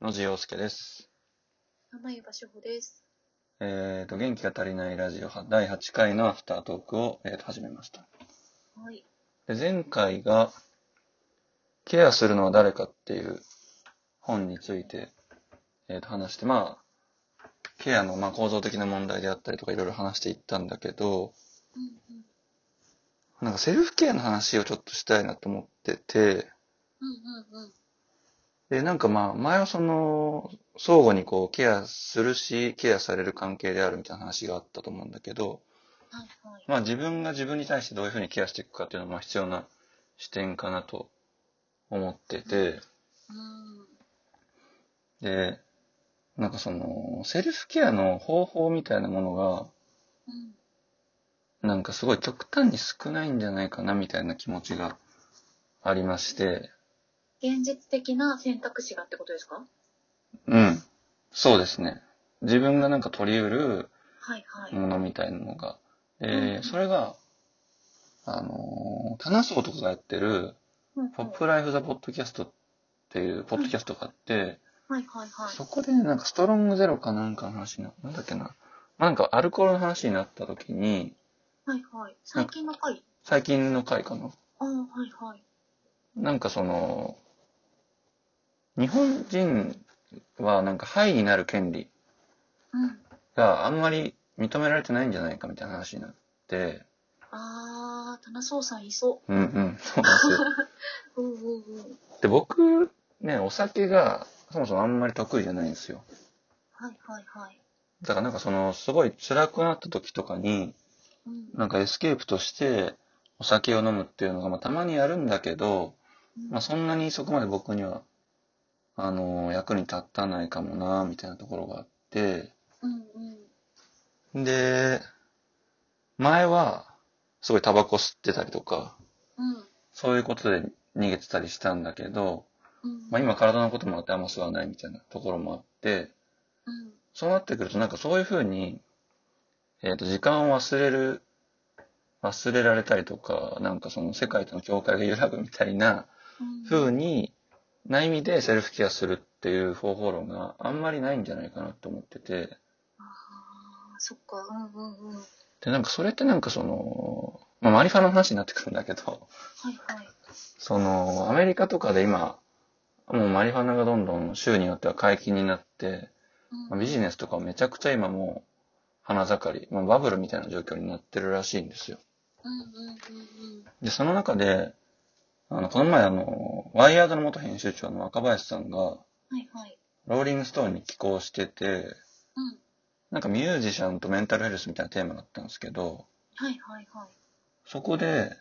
野地洋介です。 浜湯場所穂です。 元気が足りないラジオ第8回のアフタートークを、始めました。 はい。 で、前回が、ケアするのは誰かっていう本について、話して、ケアの、構造的な問題であったりとかいろいろ話していったんだけど、なんかセルフケアの話をちょっとしたいなと思ってて、で、前は相互にケアするし、ケアされる関係であるみたいな話があったと思うんだけど、 はいはい。 自分が自分に対してどういうふうにケアしていくかっていうのは必要な視点かなと思ってて、で、セルフケアの方法みたいなものが、すごい極端に少ないんじゃないかなみたいな気持ちがありまして。 現実的な選択肢がってことですか？ うん。そうですね。自分が取り得るはいはい。 ものみたいなのが。で、それが、タナソーとかがやってる、ポップライフザポッドキャストっていうポッドキャストがあって、 はいはいはい。 そこでストロングゼロかなんかの話なんだっけな。アルコールの話になった時に、 はいはい。最近の回？ 最近の回かな。 はいはい。 日本人はハイになる権利があんまり認められてないんじゃないかみたいな話になって、 棚荘さんいそう。 そうなんですよ。で、僕、ね、お酒がそもそもあんまり得意じゃないんですよ。 はいはいはい。 だからすごい辛くなった時とかに、エスケープとしてお酒を飲むっていうのが、たまにやるんだけど、そんなにそこまで僕には、役に立たないかもな、みたいなところがあって、で、前は、すごいタバコ吸ってたりとか、そういうことで逃げてたりしたんだけど、今体のこともあってあんま吸わないみたいなところもあって、そうなってくるとそういうふうに、時間を忘れられたりとか、世界との境界が揺らぐみたいな風に、な意味でセルフケアするっていう方法論があんまりないんじゃないかなと思ってて。 そっか。 で、それってマリファナの話になってくるんだけど、 はいはい。 アメリカとかで今、もうマリファナがどんどん州によっては解禁になって、ビジネスとかめちゃくちゃ今もう花盛り、バブルみたいな状況になってるらしいんですよ。で、その中で、この前ワイヤードの元編集長の若林さんが、ローリングストーンに寄稿してて、ミュージシャンとメンタルヘルスみたいなテーマだったんですけど、そこで、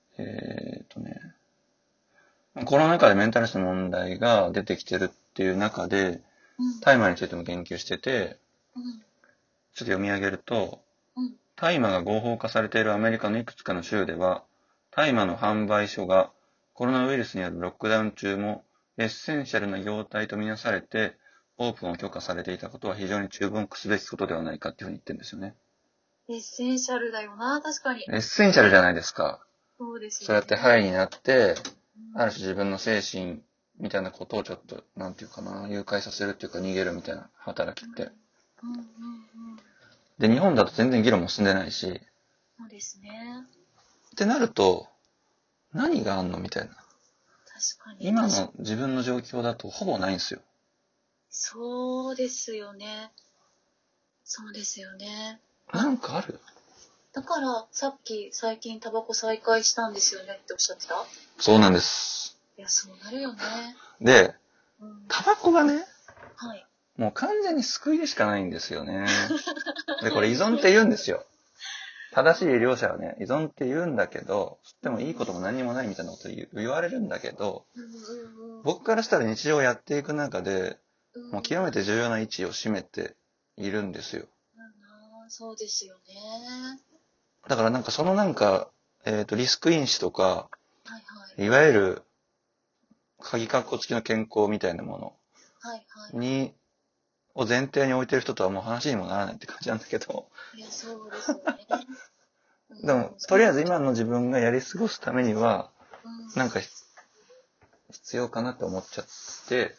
コロナ禍でメンタルヘルスの問題が出てきてるっていう中で、大麻についても言及してて、ちょっと読み上げると、大麻が合法化されているアメリカのいくつかの州では、大麻の販売所がコロナウイルスによるロックダウン中もエッセンシャルな業態とみなされて、オープンを許可されていたことは非常に注目すべきことではないかっていうふうに言ってるんですよね。 エッセンシャルだよな、確かに。 エッセンシャルじゃないですか。 そうですよね。 そうやってハイになって、ある種自分の精神みたいなことをちょっと、誘拐させるっていうか逃げるみたいな働きって。で、日本だと全然議論も進んでないし。 そうですね。 ってなると、何があんのみたいな。 確かに。 今の自分の状況だとほぼないんですよ。 そうですよね。そうですよね。 なんかある？ だからさっき最近タバコ再開したんですよねっておっしゃってた？ そうなんです。 いや、そうなるよね。 で、タバコがね、 はい。 もう完全に救いでしかないんですよね。で、これ依存って言うんですよ。正しい医療者はね、依存って言うんだけど、吸ってもいいことも何にもないみたいなこと言われるんだけど、僕からしたら日常をやっていく中で、もう極めて重要な位置を占めているんですよ。 そうですよね。 だからリスク因子とか、いわゆる鍵括弧付きの健康みたいなものを前提に置いてる人とはもう話にもならないって感じなんだけど。 いや、そうですよね。 でも、とりあえず今の自分がやり過ごすためには、必要かなって思っちゃって、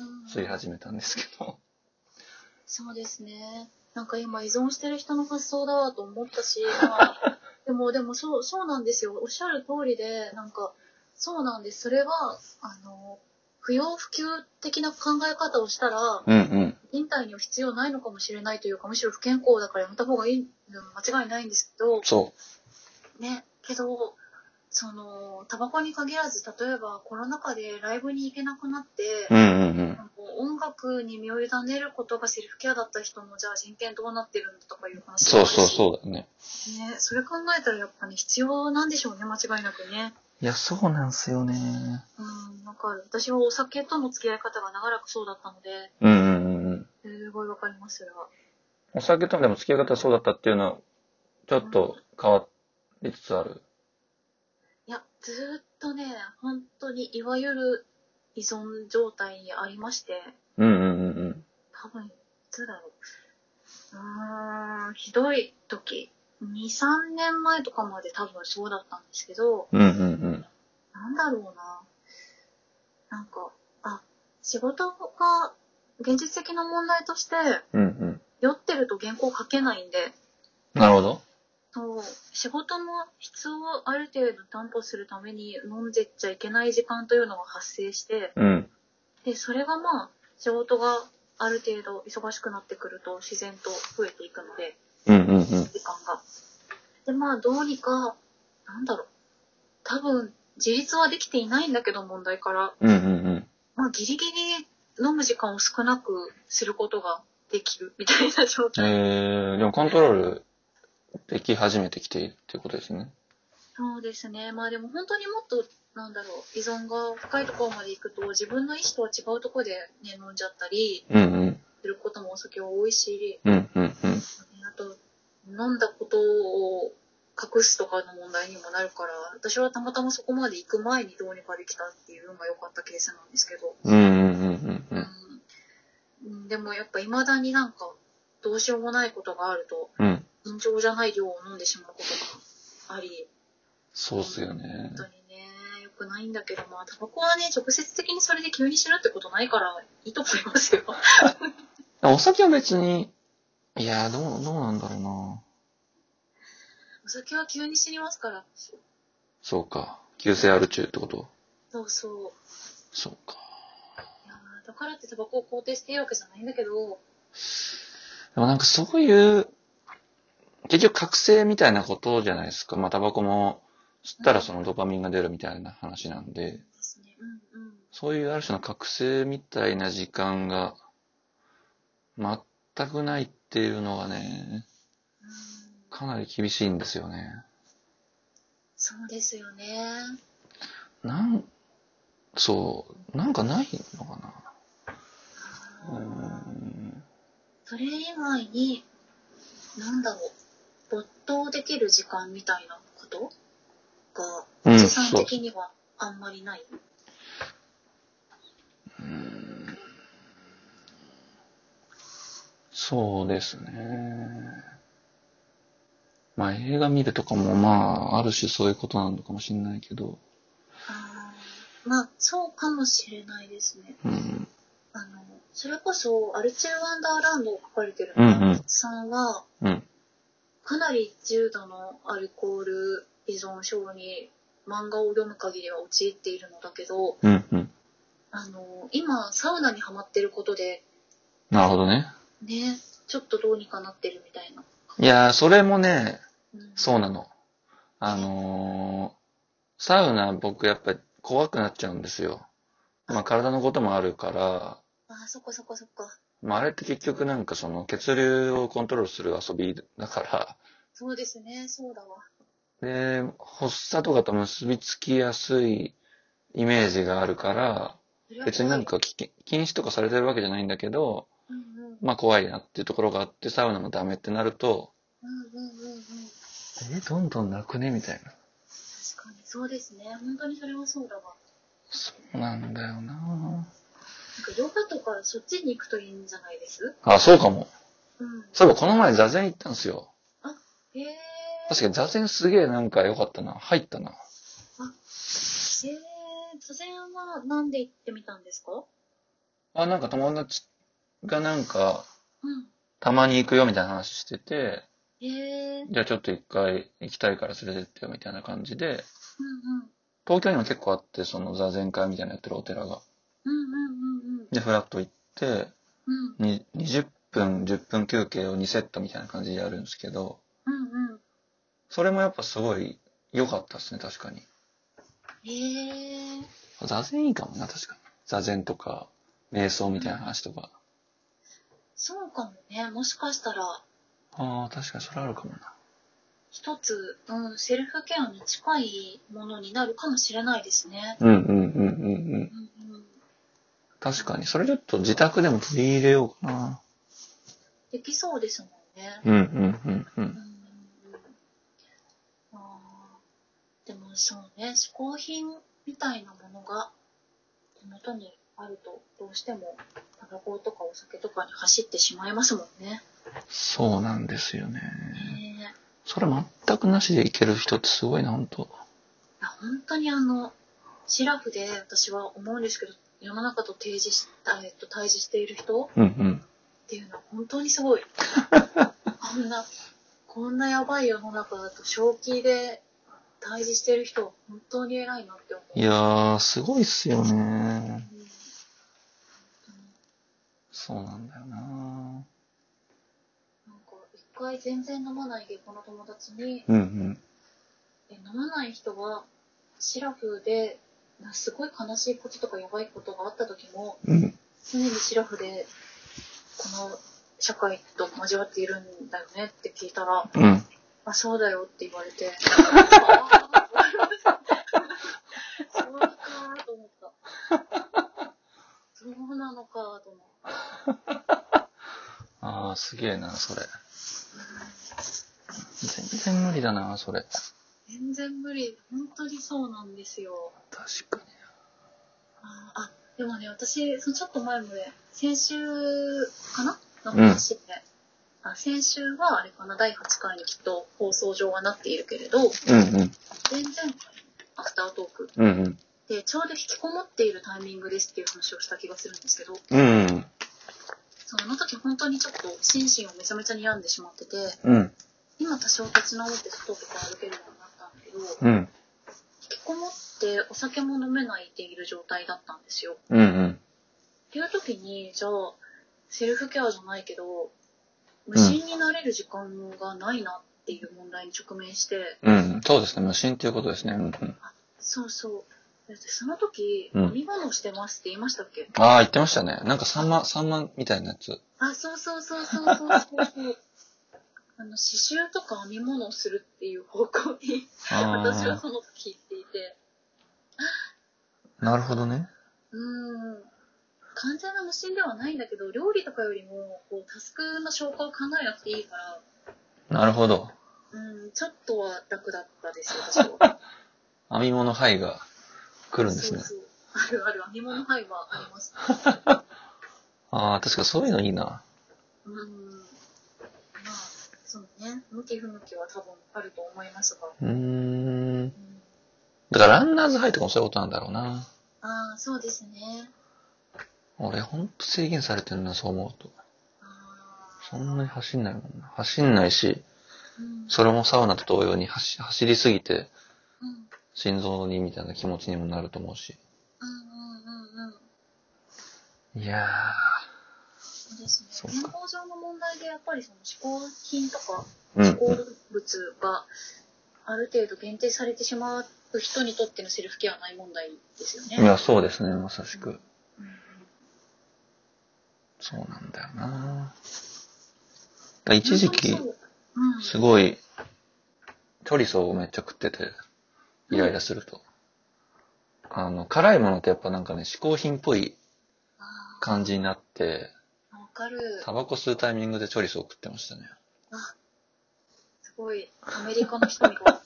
吸い始めたんですけど。 そうですね。なんか今依存してる人の発想だわと思ったし、まあ、でもそうなんですよ。おっしゃる通りで、なんか、そうなんです。それは、不要不急的な考え方をしたら、 うんうん。 忍耐には必要ないのかもしれないというか、むしろ不健康だからやめた方がいいのは間違いないんですけど、 そね、けど、タバコに限らず、例えばコロナ禍でライブに行けなくなって、 う。うんうんうん。 音楽に身を委ねることがセルフケアだった人も、じゃあ人権どうなってるんだとかいう話もあるし。 そうだね。 ね、それ考えたらやっぱね、必要なんでしょうね、間違いなくね。 いや、そうなんすよね。 わかる。私はお酒との付き合い方が長らくそうだったので、 うんうんうんうん。 すごいわかります、それは。 お酒とでも付き合い方そうだったっていうのは、ちょっと変わりつつある。 いや、ずーっとね、本当にいわゆる依存状態にありまして、 うんうんうんうん。 多分、いつだろう。ひどい時、2、3年前とかまで多分そうだったんですけど、 うんうんうん。 なんだろうな。なんか、仕事が現実的な問題として、 うんうん。 酔ってると原稿書けないんで、 なるほど。 そう、仕事の質をある程度担保するために飲んでっちゃいけない時間というのが発生して、 うん。 で、それがまあ、仕事がある程度忙しくなってくると自然と増えていくので、 うんうんうん。 時間が。で、まあ、どうにか、なんだろう。多分、自立はできていないんだけど、問題から。 うんうんうん。 まあ、ギリギリ飲む時間を少なくすることができるみたいな状態。 でもコントロールでき始めてきているっていうことですね。 そうですね。まあでも本当にもっと、なんだろう、依存が深いところまで行くと、自分の意思とは違うところでね、飲んじゃったりうんうん。 することもお酒は多いし、 うんうんうん。 あと、飲んだことを隠すとかの問題にもなるから、私はたまたまそこまで行く前にどうにかできたっていうのが良かったケースなんですけど、 うんうんうんうんうん。 でもやっぱ未だになんか、どうしようもないことがあると、 うん。 尋常じゃない量を飲んでしまうことがあり、 そうっすよね本。当にね、良くないんだけど、まあ、タバコはね、直接的にそれで急に死ぬってことないから、いいと思いますよ。 お酒は別に、いやどうなんだろうな。 お酒は急に死にますから。 そうか。急性アル中ってこと？ そうそう。 そうか。 いやだからってタバコを肯定していいわけじゃないんだけど、 でもなんかそういう、結局覚醒みたいなことじゃないですか。まあタバコも吸ったらそのドパミンが出るみたいな話なんで、 ですね。 そういうある種の覚醒みたいな時間が全くないっていうのがね、かなり厳しいんですよね。 そうですよね。 なんかないのかな。 それ以外に、なんだろう、没頭できる時間みたいなことが、おじさん的にはあんまりない。 そうですね。まあ映画見るとかもまあある種そういうことなのかもしれないけど。 まあ、そうかもしれないですね。 うん。 それこそ、アルチュー・ワンダーランドを書かれてる松さんは、かなり重度のアルコール依存症に漫画を読む限りは陥っているのだけど、今、サウナにハマってることで、 なるほどね。 ね、ちょっとどうにかなってるみたいな。 いやー、それもね、そうなの。サウナ僕やっぱり怖くなっちゃうんですよ。まあ体のこともあるから、 そっか。 まああれって結局なんかその血流をコントロールする遊びだから、 そうですね、そうだわ。 で、発作とかと結びつきやすいイメージがあるから、別になんか禁止とかされてるわけじゃないんだけど、まあ怖いなっていうところがあって、サウナもダメってなると、どんどんなくねみたいな。 確かに、そうですね。本当にそれはそうだわ。 そうなんだよな。 なんかヨガとかそっちに行くといいんじゃないです？ そうかも。そういえばこの前座禅行ったんですよ。 へえ。 確かに座禅すげえなんか良かったな。入ったな。 座禅はなんで行ってみたんですか？ なんか友達がなんか、 うん。 たまに行くよみたいな話してて、 へえ。 じゃあちょっと一回行きたいから連れてってよみたいな感じで、 うんうん。 東京にも結構あって、その座禅会みたいなのやってるお寺が。 うんうんうんうん。 で、フラッと行って、 うん 20分、10分休憩を2セットみたいな感じでやるんですけど、 うんうん。 それもやっぱすごい良かったですね、確かに。 へえ。 座禅いいかもな、確かに。座禅とか、瞑想みたいな話とか。 そうかもね。もしかしたら、 ああ、確かにそれあるかもな。 一つ、セルフケアに近いものになるかもしれないですね。 うんうんうんうんうん。 うんうん。 確かに。それちょっと自宅でも取り入れようかな。 できそうですもんね。 うんうんうんうん。 うんうんうん。あーでもそうね、嗜好品みたいなものが手元にあると、どうしてもタバコとかお酒とかに走ってしまいますもんね。 そうなんですよね。 ねえ。 それ全くなしでいける人ってすごいな、ほんと。 本当にシラフで私は思うんですけど、世の中と対峙している人うんうん。 っていうのは本当にすごい。こんな、こんなやばい世の中だと正気で対峙している人は本当に偉いなって思う。 いやー、すごいっすよね。 うんそうなんだよな。 なんか一回全然飲まない下戸の友達に、 うんうん。 飲まない人はシラフですごい悲しいこととかやばいことがあった時もうん。 常にシラフでこの社会と交わっているんだよねって聞いたら、 うん。 あ、そうだよって言われて、あそうかーと思った。そうなのかーと思った。 あー、すげえな、それ。全然無理だな、それ。 全然無理。本当にそうなんですよ。 確かでもね、私、ちょっと前もね、先週かなのに。うん。 話で、先週はあれかな、第8回にきっと放送上はなっているけれど、 うんうん。 前々回のアフタートークうんうん。 で、ちょうど引きこもっているタイミングですっていう話をした気がするんですけど、 うんうん。 その時本当にちょっと心身をめちゃめちゃ病んでしまってて、 うん。 今多少立ち直って外とか歩けるようになったんだけど、 うん。 引きこもってお酒も飲めないでいる状態だったんですよ。 うんうん。 っていう時に、じゃあ、セルフケアじゃないけど、無心になれる時間がないなっていう問題に直面して、 うん。そうですね。無心っていうことですね。うんうん。 そうそう。でその時、 うん飲み物してますって言いましたっけ？ ああ、言ってましたね。なんか3万みたいなやつ。 そうそうそうそうそうそうそう。刺繍とか編み物をするっていう方向に私はあその時言っていて、 あ、なるほどね。 完全な無心ではないんだけど、料理とかよりもこうタスクの消化を考えなくていいから、 なるほど。 ちょっとは楽だったですよ、私は。 編み物範囲が来るんですね。 そうそう。あるある、編み物範囲はあります。 ああ、確かそういうのいいな。 まあ、そうね。向き不向きは多分あると思いますが。 だからランナーズハイとかもそういうことなんだろうな。 そうですね。 俺ほんと制限されてるな、そう思うと。そんなにあ走んないもんな。走んないし、 うんそれもサウナと同様に走りすぎて、 うん心臓にみたいな気持ちにもなると思うし。いやそうですね。 そうか健康上の問題でやっぱりその嗜好品とかうん嗜好物がある程度限定されてしまう人にとってのセルフケアはない問題ですよね。 いや、そうですね、まさしく。 うんそうなんだよな。一時期、 うんすごい、チョリソーをめっちゃ食ってて、イライラすると。辛いものってやっぱなんかね、嗜好品っぽい感じになって、 わかる。 タバコ吸うタイミングでチョリソーを食ってましたね。 すごい、アメリカの人みたい。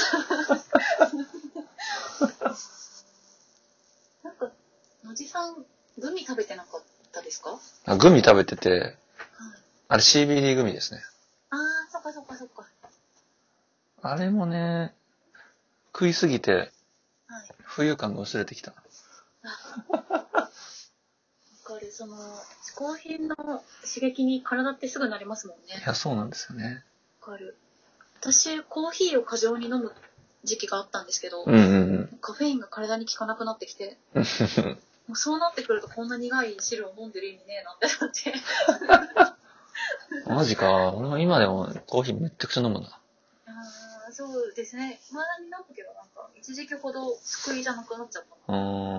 なんか、野地さん、グミ食べてなかったですか？ グミ食べてて、 はい。 あれ CBD グミですね。 そっかそっかそっか。 あれもね、食いすぎて、 はい。 浮遊感が薄れてきた。 わかる。 る。嗜好品の刺激に体ってすぐなりますもんね。 いや、そうなんですよね。 わかる。私、コーヒーを過剰に飲む時期があったんですけど、 うんうんカフェインが体に効かなくなってきて、 うん。 もうそうなってくるとこんな苦い汁を飲んでる意味ねえなってなって。 マジか。俺も今でもコーヒーめっちゃくちゃ飲むな。 そうですね。まだになったけど、なんか、一時期ほど救いじゃなくなっちゃった。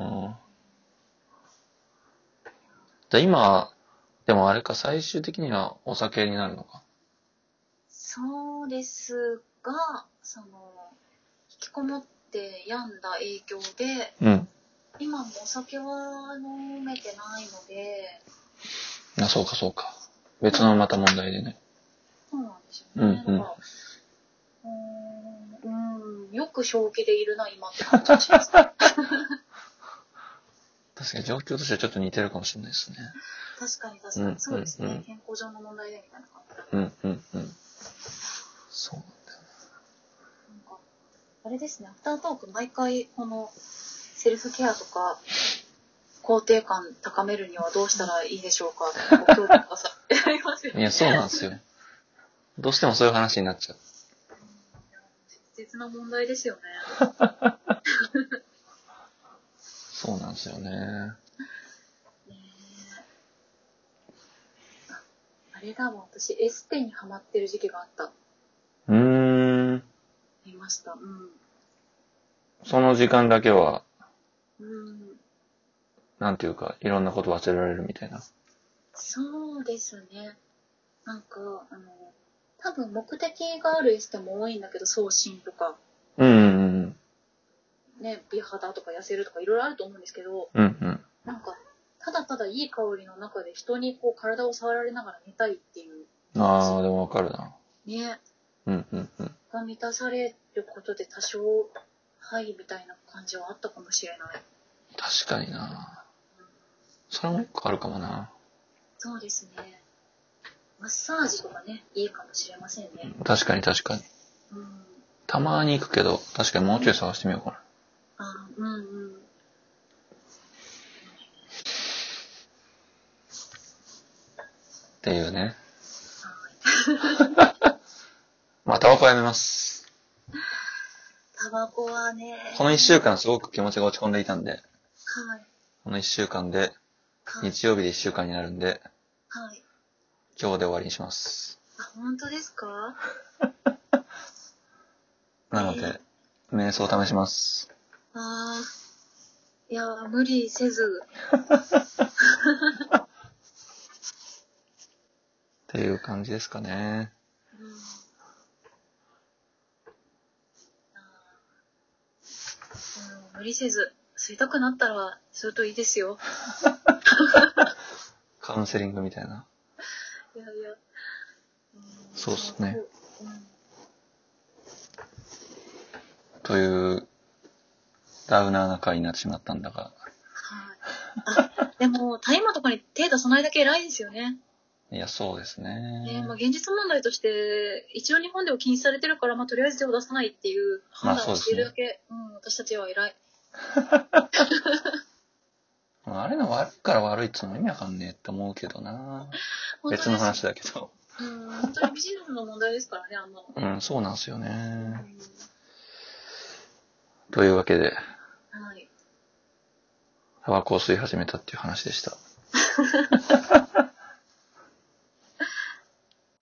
じゃあ今、でもあれか、最終的にはお酒になるのか。 そうですが、引きこもって病んだ影響で、 うん。 今もお酒は飲めてないので、 あ、そうかそうか。別のまた問題でね。 そうなんですよね。 うんうんだからよく正気でいるな、今って感じがします。 確かに状況としてはちょっと似てるかもしれないですね。 確かに確かに。そうですね。健康上の問題でみたいな感じ。 そうなんだよなんか、あれですね、アフタートーク毎回、セルフケアとか、肯定感高めるにはどうしたらいいでしょうかご協力ください。ありますよね。 いや、そうなんですよ。どうしてもそういう話になっちゃう。 切実な問題ですよね。 そうなんですよね。 あれだもん、私、エステにハマってる時期があった。ありました。 その時間だけは、 うん。 なんていうか、いろんなこと忘れられるみたいな。 そうですね。なんか、多分目的があるエステも多いんだけど、送信とか、ね、美肌とか痩せるとかいろいろあると思うんですけど、なんか、ただただいい香りの中で人にこう体を触られながら寝たいっていう。 ああ、でもわかるな。 ね。が満たされることで多少、はいみたいな感じはあったかもしれない。 確かにな。それも一個あるかもな。 そうですね。マッサージとかね、いいかもしれませんね。 確かに確かに。たまに行くけど、確かにもうちょい探してみようかな。っていうね。まあ、タバコやめます。 タバコはね。 この一週間すごく気持ちが落ち込んでいたんで、 はい。 この一週間で、日曜日で一週間になるんで、 はい。 今日で終わりにします。 あ、本当ですか？ なので、瞑想を試します。 いや、無理せず。 っていう感じですかね。 無理せず、吸いたくなったら吸うといいですよ。 カウンセリングみたいな。 いや。 そうっすね。という、ダウナーな回になってしまったんだが。 はい。でも、大麻とかに手出さないだけ偉いですよね。 いや、そうですね。 現実問題として、一応日本では禁止されてるから、とりあえず手を出さないっていう判断をしているだけ、私たちは偉い。 あれの悪いから悪いってのも意味わかんねえって思うけどな。別の話だけど。 本当にビジネスの問題ですからね、あんなの。 そうなんですよね。というわけで、はい。タバコを吸い始めたっていう話でした。